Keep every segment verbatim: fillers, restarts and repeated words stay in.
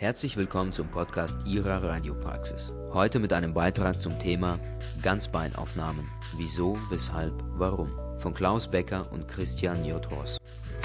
Herzlich willkommen zum Podcast Ihrer Radiopraxis. Heute mit einem Beitrag zum Thema Ganzbeinaufnahmen. Wieso, weshalb, warum? Von Klaus Becker und Christian J. Ross.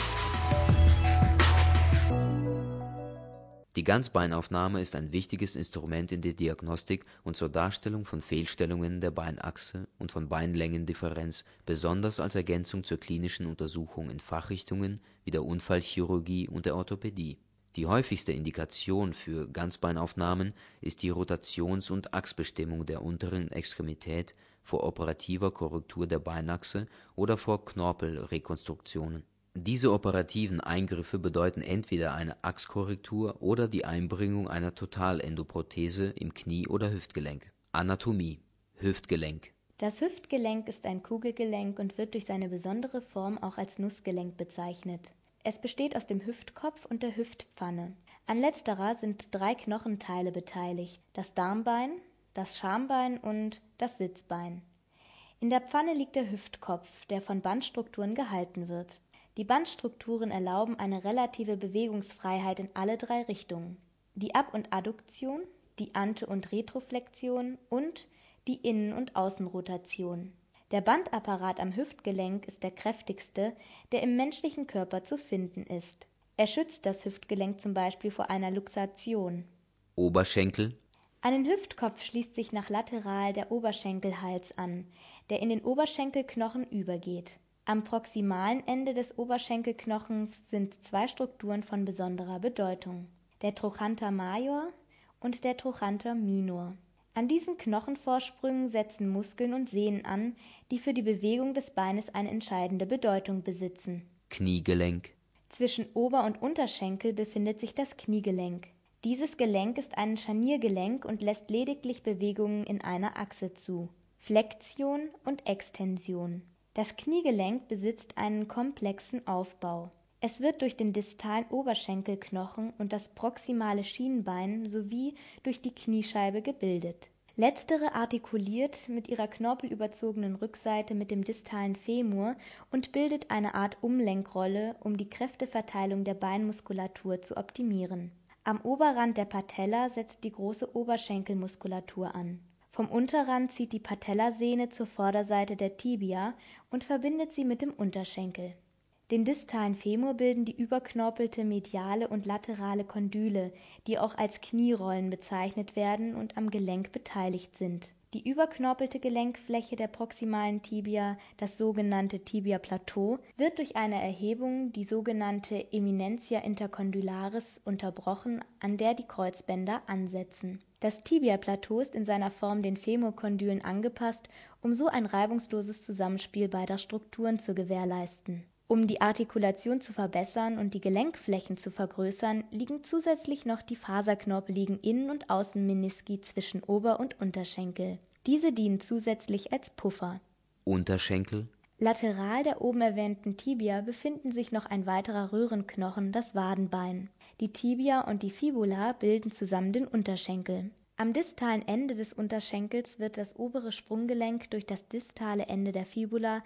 Die Ganzbeinaufnahme ist ein wichtiges Instrument in der Diagnostik und zur Darstellung von Fehlstellungen der Beinachse und von Beinlängendifferenz, besonders als Ergänzung zur klinischen Untersuchung in Fachrichtungen wie der Unfallchirurgie und der Orthopädie. Die häufigste Indikation für Ganzbeinaufnahmen ist die Rotations- und Achsbestimmung der unteren Extremität vor operativer Korrektur der Beinachse oder vor Knorpelrekonstruktionen. Diese operativen Eingriffe bedeuten entweder eine Achskorrektur oder die Einbringung einer Totalendoprothese im Knie- oder Hüftgelenk. Anatomie: Hüftgelenk. Das Hüftgelenk ist ein Kugelgelenk und wird durch seine besondere Form auch als Nussgelenk bezeichnet. Es besteht aus dem Hüftkopf und der Hüftpfanne. An letzterer sind drei Knochenteile beteiligt: das Darmbein, das Schambein und das Sitzbein. In der Pfanne liegt der Hüftkopf, der von Bandstrukturen gehalten wird. Die Bandstrukturen erlauben eine relative Bewegungsfreiheit in alle drei Richtungen: die Ab- und Adduktion, die Ante- und Retroflexion und die Innen- und Außenrotation. Der Bandapparat am Hüftgelenk ist der kräftigste, der im menschlichen Körper zu finden ist. Er schützt das Hüftgelenk zum Beispiel vor einer Luxation. Oberschenkel. An den Hüftkopf schließt sich nach lateral der Oberschenkelhals an, der in den Oberschenkelknochen übergeht. Am proximalen Ende des Oberschenkelknochens sind zwei Strukturen von besonderer Bedeutung: der Trochanter major und der Trochanter minor. An diesen Knochenvorsprüngen setzen Muskeln und Sehnen an, die für die Bewegung des Beines eine entscheidende Bedeutung besitzen. Kniegelenk. Zwischen Ober- und Unterschenkel befindet sich das Kniegelenk. Dieses Gelenk ist ein Scharniergelenk und lässt lediglich Bewegungen in einer Achse zu: Flexion und Extension. Das Kniegelenk besitzt einen komplexen Aufbau. Es wird durch den distalen Oberschenkelknochen und das proximale Schienbein sowie durch die Kniescheibe gebildet. Letztere artikuliert mit ihrer knorpelüberzogenen Rückseite mit dem distalen Femur und bildet eine Art Umlenkrolle, um die Kräfteverteilung der Beinmuskulatur zu optimieren. Am Oberrand der Patella setzt die große Oberschenkelmuskulatur an. Vom Unterrand zieht die Patellasehne zur Vorderseite der Tibia und verbindet sie mit dem Unterschenkel. Den distalen Femur bilden die überknorpelte mediale und laterale Kondyle, die auch als Knierollen bezeichnet werden und am Gelenk beteiligt sind. Die überknorpelte Gelenkfläche der proximalen Tibia, das sogenannte Tibia-Plateau, wird durch eine Erhebung, die sogenannte Eminentia intercondylaris, unterbrochen, an der die Kreuzbänder ansetzen. Das Tibia-Plateau ist in seiner Form den Femurkondylen angepasst, um so ein reibungsloses Zusammenspiel beider Strukturen zu gewährleisten. Um die Artikulation zu verbessern und die Gelenkflächen zu vergrößern, liegen zusätzlich noch die faserknorpeligen Innen- und Außenmeniski zwischen Ober- und Unterschenkel. Diese dienen zusätzlich als Puffer. Unterschenkel. Lateral der oben erwähnten Tibia befinden sich noch ein weiterer Röhrenknochen, das Wadenbein. Die Tibia und die Fibula bilden zusammen den Unterschenkel. Am distalen Ende des Unterschenkels wird das obere Sprunggelenk durch das distale Ende der Fibula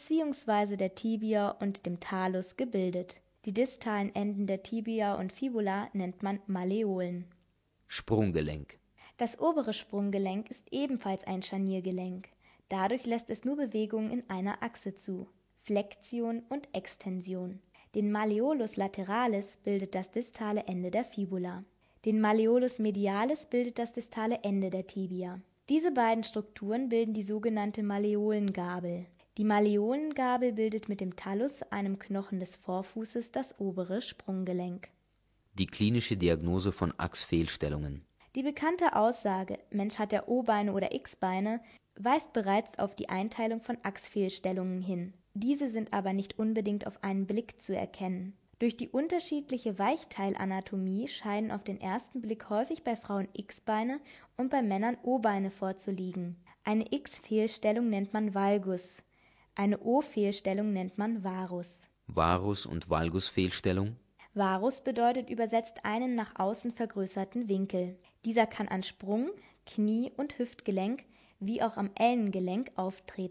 bzw. der Tibia und dem Talus gebildet. Die distalen Enden der Tibia und Fibula nennt man Malleolen. Sprunggelenk. Das obere Sprunggelenk ist ebenfalls ein Scharniergelenk. Dadurch lässt es nur Bewegungen in einer Achse zu: Flexion und Extension. Den Malleolus lateralis bildet das distale Ende der Fibula. Den Malleolus medialis bildet das distale Ende der Tibia. Diese beiden Strukturen bilden die sogenannte Malleolengabel. Die Malleolengabel bildet mit dem Talus, einem Knochen des Vorfußes, das obere Sprunggelenk. Die klinische Diagnose von Achsfehlstellungen. Die bekannte Aussage „Mensch hat ja O-Beine oder X-Beine“ weist bereits auf die Einteilung von Achsfehlstellungen hin. Diese sind aber nicht unbedingt auf einen Blick zu erkennen. Durch die unterschiedliche Weichteilanatomie scheinen auf den ersten Blick häufig bei Frauen X-Beine und bei Männern O-Beine vorzuliegen. Eine X-Fehlstellung nennt man Valgus, eine O-Fehlstellung nennt man Varus. Varus- und Valgusfehlstellung. Varus bedeutet übersetzt einen nach außen vergrößerten Winkel. Dieser kann an Sprung-, Knie- und Hüftgelenk wie auch am Ellengelenk auftreten.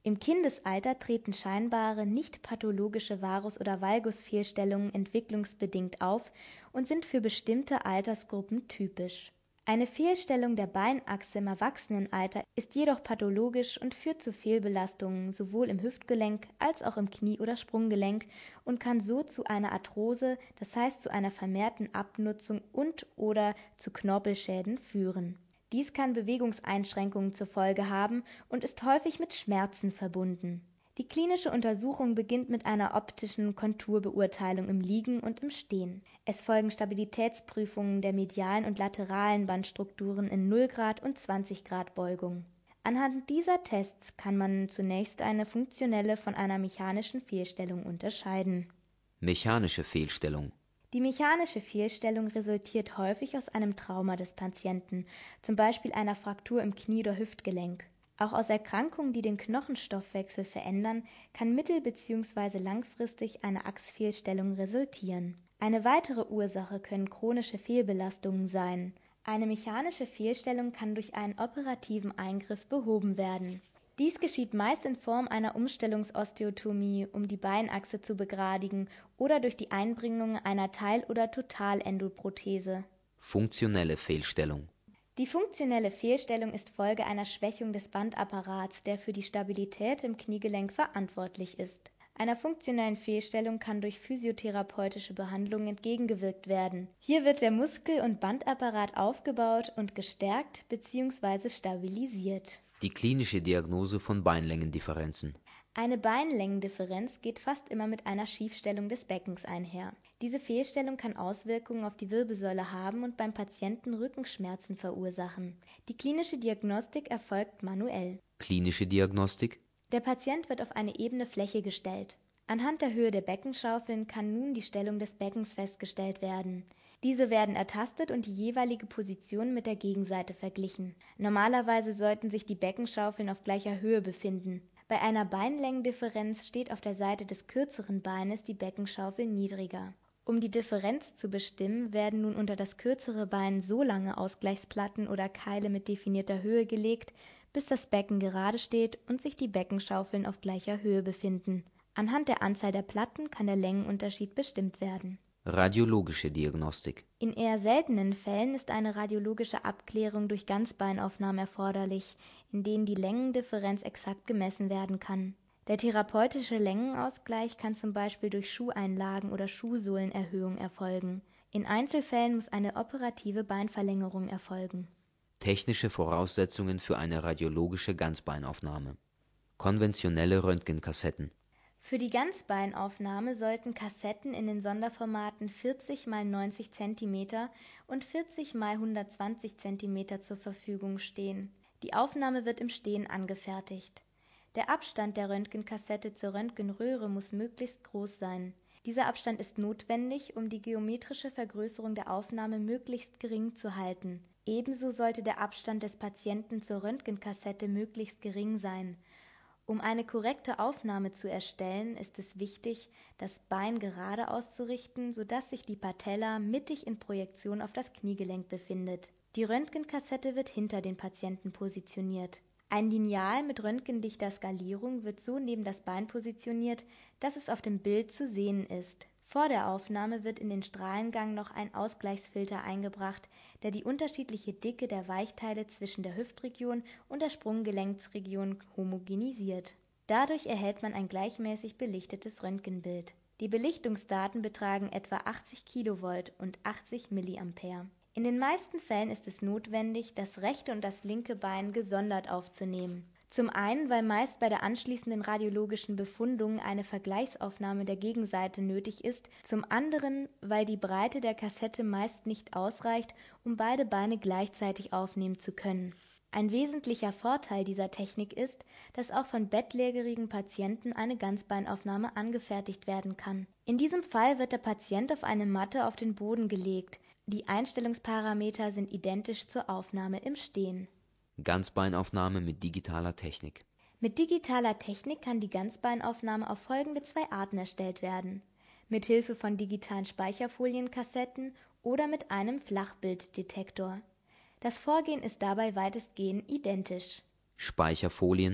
Im Kindesalter treten scheinbare, nicht pathologische Varus- oder Valgusfehlstellungen entwicklungsbedingt auf und sind für bestimmte Altersgruppen typisch. Eine Fehlstellung der Beinachse im Erwachsenenalter ist jedoch pathologisch und führt zu Fehlbelastungen sowohl im Hüftgelenk als auch im Knie- oder Sprunggelenk und kann so zu einer Arthrose, das heißt zu einer vermehrten Abnutzung und/oder zu Knorpelschäden führen. Dies kann Bewegungseinschränkungen zur Folge haben und ist häufig mit Schmerzen verbunden. Die klinische Untersuchung beginnt mit einer optischen Konturbeurteilung im Liegen und im Stehen. Es folgen Stabilitätsprüfungen der medialen und lateralen Bandstrukturen in null Grad und zwanzig Grad Beugung. Anhand dieser Tests kann man zunächst eine funktionelle von einer mechanischen Fehlstellung unterscheiden. Mechanische Fehlstellung. Die mechanische Fehlstellung resultiert häufig aus einem Trauma des Patienten, zum Beispiel einer Fraktur im Knie- oder Hüftgelenk. Auch aus Erkrankungen, die den Knochenstoffwechsel verändern, kann mittel- bzw. langfristig eine Achsfehlstellung resultieren. Eine weitere Ursache können chronische Fehlbelastungen sein. Eine mechanische Fehlstellung kann durch einen operativen Eingriff behoben werden. Dies geschieht meist in Form einer Umstellungsosteotomie, um die Beinachse zu begradigen, oder durch die Einbringung einer Teil- oder Totalendoprothese. Funktionelle Fehlstellung. Die funktionelle Fehlstellung ist Folge einer Schwächung des Bandapparats, der für die Stabilität im Kniegelenk verantwortlich ist. Einer funktionellen Fehlstellung kann durch physiotherapeutische Behandlung entgegengewirkt werden. Hier wird der Muskel- und Bandapparat aufgebaut und gestärkt bzw. stabilisiert. Die klinische Diagnose von Beinlängendifferenzen. Eine Beinlängendifferenz geht fast immer mit einer Schiefstellung des Beckens einher. Diese Fehlstellung kann Auswirkungen auf die Wirbelsäule haben und beim Patienten Rückenschmerzen verursachen. Die klinische Diagnostik erfolgt manuell. Klinische Diagnostik. Der Patient wird auf eine ebene Fläche gestellt. Anhand der Höhe der Beckenschaufeln kann nun die Stellung des Beckens festgestellt werden. Diese werden ertastet und die jeweilige Position mit der Gegenseite verglichen. Normalerweise sollten sich die Beckenschaufeln auf gleicher Höhe befinden. Bei einer Beinlängendifferenz steht auf der Seite des kürzeren Beines die Beckenschaufel niedriger. Um die Differenz zu bestimmen, werden nun unter das kürzere Bein so lange Ausgleichsplatten oder Keile mit definierter Höhe gelegt, bis das Becken gerade steht und sich die Beckenschaufeln auf gleicher Höhe befinden. Anhand der Anzahl der Platten kann der Längenunterschied bestimmt werden. Radiologische Diagnostik. In eher seltenen Fällen ist eine radiologische Abklärung durch Ganzbeinaufnahmen erforderlich, in denen die Längendifferenz exakt gemessen werden kann. Der therapeutische Längenausgleich kann zum Beispiel durch Schuheinlagen oder Schuhsohlenerhöhung erfolgen. In Einzelfällen muss eine operative Beinverlängerung erfolgen. Technische Voraussetzungen für eine radiologische Ganzbeinaufnahme. Konventionelle Röntgenkassetten. Für die Ganzbeinaufnahme sollten Kassetten in den Sonderformaten vierzig mal neunzig Zentimeter und vierzig mal hundertzwanzig Zentimeter zur Verfügung stehen. Die Aufnahme wird im Stehen angefertigt. Der Abstand der Röntgenkassette zur Röntgenröhre muss möglichst groß sein. Dieser Abstand ist notwendig, um die geometrische Vergrößerung der Aufnahme möglichst gering zu halten. Ebenso sollte der Abstand des Patienten zur Röntgenkassette möglichst gering sein. Um eine korrekte Aufnahme zu erstellen, ist es wichtig, das Bein gerade auszurichten, sodass sich die Patella mittig in Projektion auf das Kniegelenk befindet. Die Röntgenkassette wird hinter den Patienten positioniert. Ein Lineal mit röntgendichter Skalierung wird so neben das Bein positioniert, dass es auf dem Bild zu sehen ist. Vor der Aufnahme wird in den Strahlengang noch ein Ausgleichsfilter eingebracht, der die unterschiedliche Dicke der Weichteile zwischen der Hüftregion und der Sprunggelenksregion homogenisiert. Dadurch erhält man ein gleichmäßig belichtetes Röntgenbild. Die Belichtungsdaten betragen etwa achtzig Kilovolt und achtzig Milliampere. In den meisten Fällen ist es notwendig, das rechte und das linke Bein gesondert aufzunehmen. Zum einen, weil meist bei der anschließenden radiologischen Befundung eine Vergleichsaufnahme der Gegenseite nötig ist, zum anderen, weil die Breite der Kassette meist nicht ausreicht, um beide Beine gleichzeitig aufnehmen zu können. Ein wesentlicher Vorteil dieser Technik ist, dass auch von bettlägerigen Patienten eine Ganzbeinaufnahme angefertigt werden kann. In diesem Fall wird der Patient auf eine Matte auf den Boden gelegt. Die Einstellungsparameter sind identisch zur Aufnahme im Stehen. Ganzbeinaufnahme mit digitaler Technik. Mit digitaler Technik kann die Ganzbeinaufnahme auf folgende zwei Arten erstellt werden: mit Hilfe von digitalen Speicherfolienkassetten oder mit einem Flachbilddetektor. Das Vorgehen ist dabei weitestgehend identisch. Speicherfolien.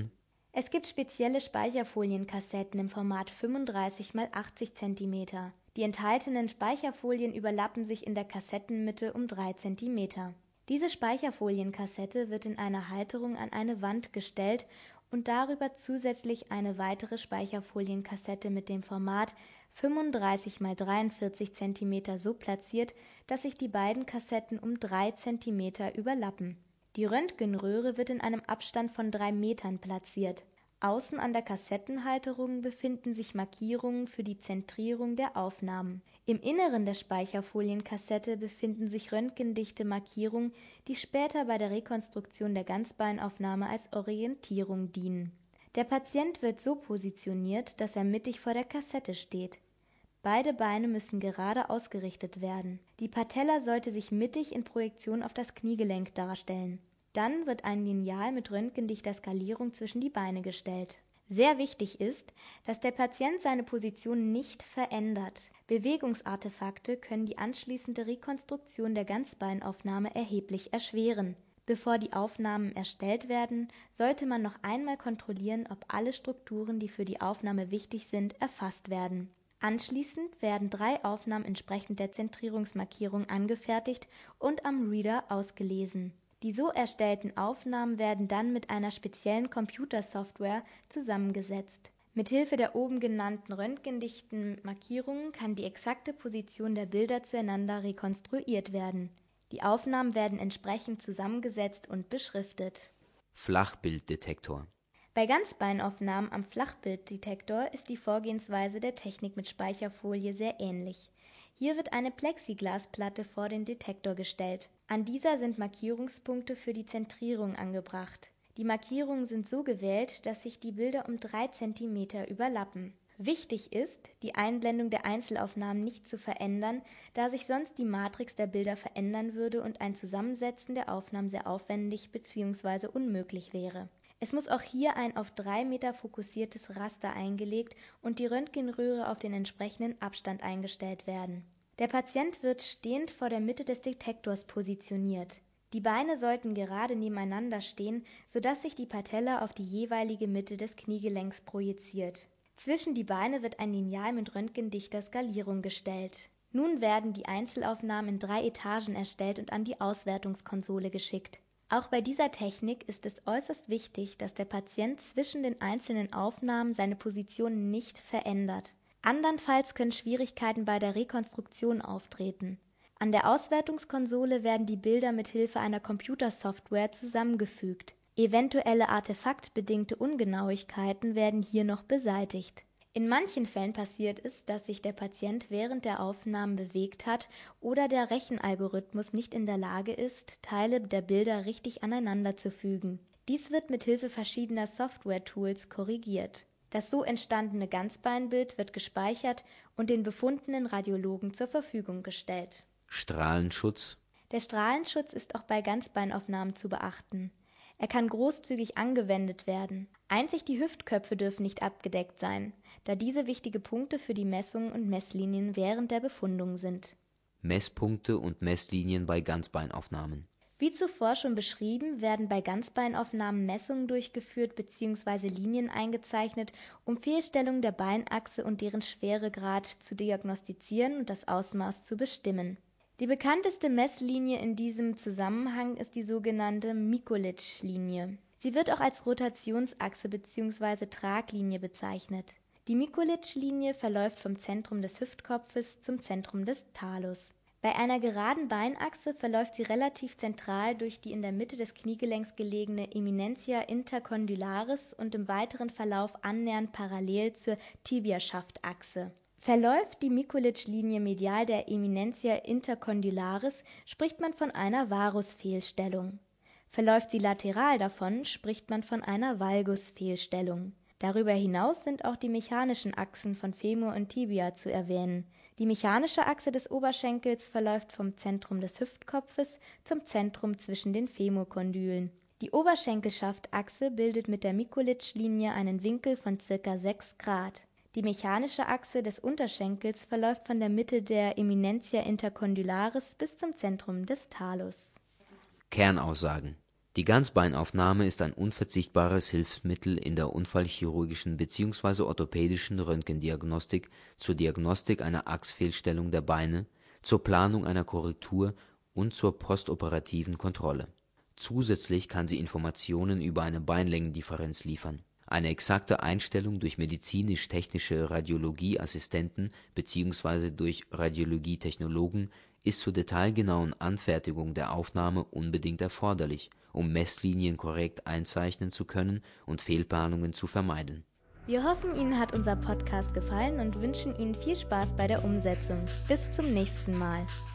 Es gibt spezielle Speicherfolienkassetten im Format fünfunddreißig mal achtzig Zentimeter. Die enthaltenen Speicherfolien überlappen sich in der Kassettenmitte um drei Zentimeter. Diese Speicherfolienkassette wird in einer Halterung an eine Wand gestellt und darüber zusätzlich eine weitere Speicherfolienkassette mit dem Format fünfunddreißig mal dreiundvierzig Zentimeter so platziert, dass sich die beiden Kassetten um drei Zentimeter überlappen. Die Röntgenröhre wird in einem Abstand von drei Metern platziert. Außen an der Kassettenhalterung befinden sich Markierungen für die Zentrierung der Aufnahmen. Im Inneren der Speicherfolienkassette befinden sich röntgendichte Markierungen, die später bei der Rekonstruktion der Ganzbeinaufnahme als Orientierung dienen. Der Patient wird so positioniert, dass er mittig vor der Kassette steht. Beide Beine müssen gerade ausgerichtet werden. Die Patella sollte sich mittig in Projektion auf das Kniegelenk darstellen. Dann wird ein Lineal mit röntgendichter Skalierung zwischen die Beine gestellt. Sehr wichtig ist, dass der Patient seine Position nicht verändert. Bewegungsartefakte können die anschließende Rekonstruktion der Ganzbeinaufnahme erheblich erschweren. Bevor die Aufnahmen erstellt werden, sollte man noch einmal kontrollieren, ob alle Strukturen, die für die Aufnahme wichtig sind, erfasst werden. Anschließend werden drei Aufnahmen entsprechend der Zentrierungsmarkierung angefertigt und am Reader ausgelesen. Die so erstellten Aufnahmen werden dann mit einer speziellen Computersoftware zusammengesetzt. Mithilfe der oben genannten röntgendichten Markierungen kann die exakte Position der Bilder zueinander rekonstruiert werden. Die Aufnahmen werden entsprechend zusammengesetzt und beschriftet. Flachbilddetektor. Bei Ganzbeinaufnahmen am Flachbilddetektor ist die Vorgehensweise der Technik mit Speicherfolie sehr ähnlich. Hier wird eine Plexiglasplatte vor den Detektor gestellt. An dieser sind Markierungspunkte für die Zentrierung angebracht. Die Markierungen sind so gewählt, dass sich die Bilder um drei Zentimeter überlappen. Wichtig ist, die Einblendung der Einzelaufnahmen nicht zu verändern, da sich sonst die Matrix der Bilder verändern würde und ein Zusammensetzen der Aufnahmen sehr aufwendig bzw. unmöglich wäre. Es muss auch hier ein auf drei Meter fokussiertes Raster eingelegt und die Röntgenröhre auf den entsprechenden Abstand eingestellt werden. Der Patient wird stehend vor der Mitte des Detektors positioniert. Die Beine sollten gerade nebeneinander stehen, sodass sich die Patella auf die jeweilige Mitte des Kniegelenks projiziert. Zwischen die Beine wird ein Lineal mit röntgendichter Skalierung gestellt. Nun werden die Einzelaufnahmen in drei Etagen erstellt und an die Auswertungskonsole geschickt. Auch bei dieser Technik ist es äußerst wichtig, dass der Patient zwischen den einzelnen Aufnahmen seine Position nicht verändert. Andernfalls können Schwierigkeiten bei der Rekonstruktion auftreten. An der Auswertungskonsole werden die Bilder mit Hilfe einer Computersoftware zusammengefügt. Eventuelle artefaktbedingte Ungenauigkeiten werden hier noch beseitigt. In manchen Fällen passiert es, dass sich der Patient während der Aufnahmen bewegt hat oder der Rechenalgorithmus nicht in der Lage ist, Teile der Bilder richtig aneinander zu fügen. Dies wird mit Hilfe verschiedener Software-Tools korrigiert. Das so entstandene Ganzbeinbild wird gespeichert und den befundenen Radiologen zur Verfügung gestellt. Strahlenschutz. Der Strahlenschutz ist auch bei Ganzbeinaufnahmen zu beachten. Er kann großzügig angewendet werden. Einzig die Hüftköpfe dürfen nicht abgedeckt sein, da diese wichtige Punkte für die Messungen und Messlinien während der Befundung sind. Messpunkte und Messlinien bei Ganzbeinaufnahmen. Wie zuvor schon beschrieben, werden bei Ganzbeinaufnahmen Messungen durchgeführt bzw. Linien eingezeichnet, um Fehlstellungen der Beinachse und deren Schweregrad zu diagnostizieren und das Ausmaß zu bestimmen. Die bekannteste Messlinie in diesem Zusammenhang ist die sogenannte Mikulicz-Linie. Sie wird auch als Rotationsachse bzw. Traglinie bezeichnet. Die Mikulicz-Linie verläuft vom Zentrum des Hüftkopfes zum Zentrum des Talus. Bei einer geraden Beinachse verläuft sie relativ zentral durch die in der Mitte des Kniegelenks gelegene Eminentia intercondylaris und im weiteren Verlauf annähernd parallel zur Tibiaschaftachse. Verläuft die Mikulicz-Linie medial der Eminentia intercondylaris, spricht man von einer Varusfehlstellung. Verläuft sie lateral davon, spricht man von einer Valgusfehlstellung. Darüber hinaus sind auch die mechanischen Achsen von Femur und Tibia zu erwähnen. Die mechanische Achse des Oberschenkels verläuft vom Zentrum des Hüftkopfes zum Zentrum zwischen den Femurkondylen. Die Oberschenkelschaftachse bildet mit der Mikulicz-Linie einen Winkel von ca. sechs Grad. Die mechanische Achse des Unterschenkels verläuft von der Mitte der Eminentia intercondylaris bis zum Zentrum des Talus. Kernaussagen. Die Ganzbeinaufnahme ist ein unverzichtbares Hilfsmittel in der unfallchirurgischen bzw. orthopädischen Röntgendiagnostik zur Diagnostik einer Achsfehlstellung der Beine, zur Planung einer Korrektur und zur postoperativen Kontrolle. Zusätzlich kann sie Informationen über eine Beinlängendifferenz liefern. Eine exakte Einstellung durch medizinisch-technische Radiologieassistenten bzw. durch Radiologietechnologen ist zur detailgenauen Anfertigung der Aufnahme unbedingt erforderlich, um Messlinien korrekt einzeichnen zu können und Fehlplanungen zu vermeiden. Wir hoffen, Ihnen hat unser Podcast gefallen und wünschen Ihnen viel Spaß bei der Umsetzung. Bis zum nächsten Mal.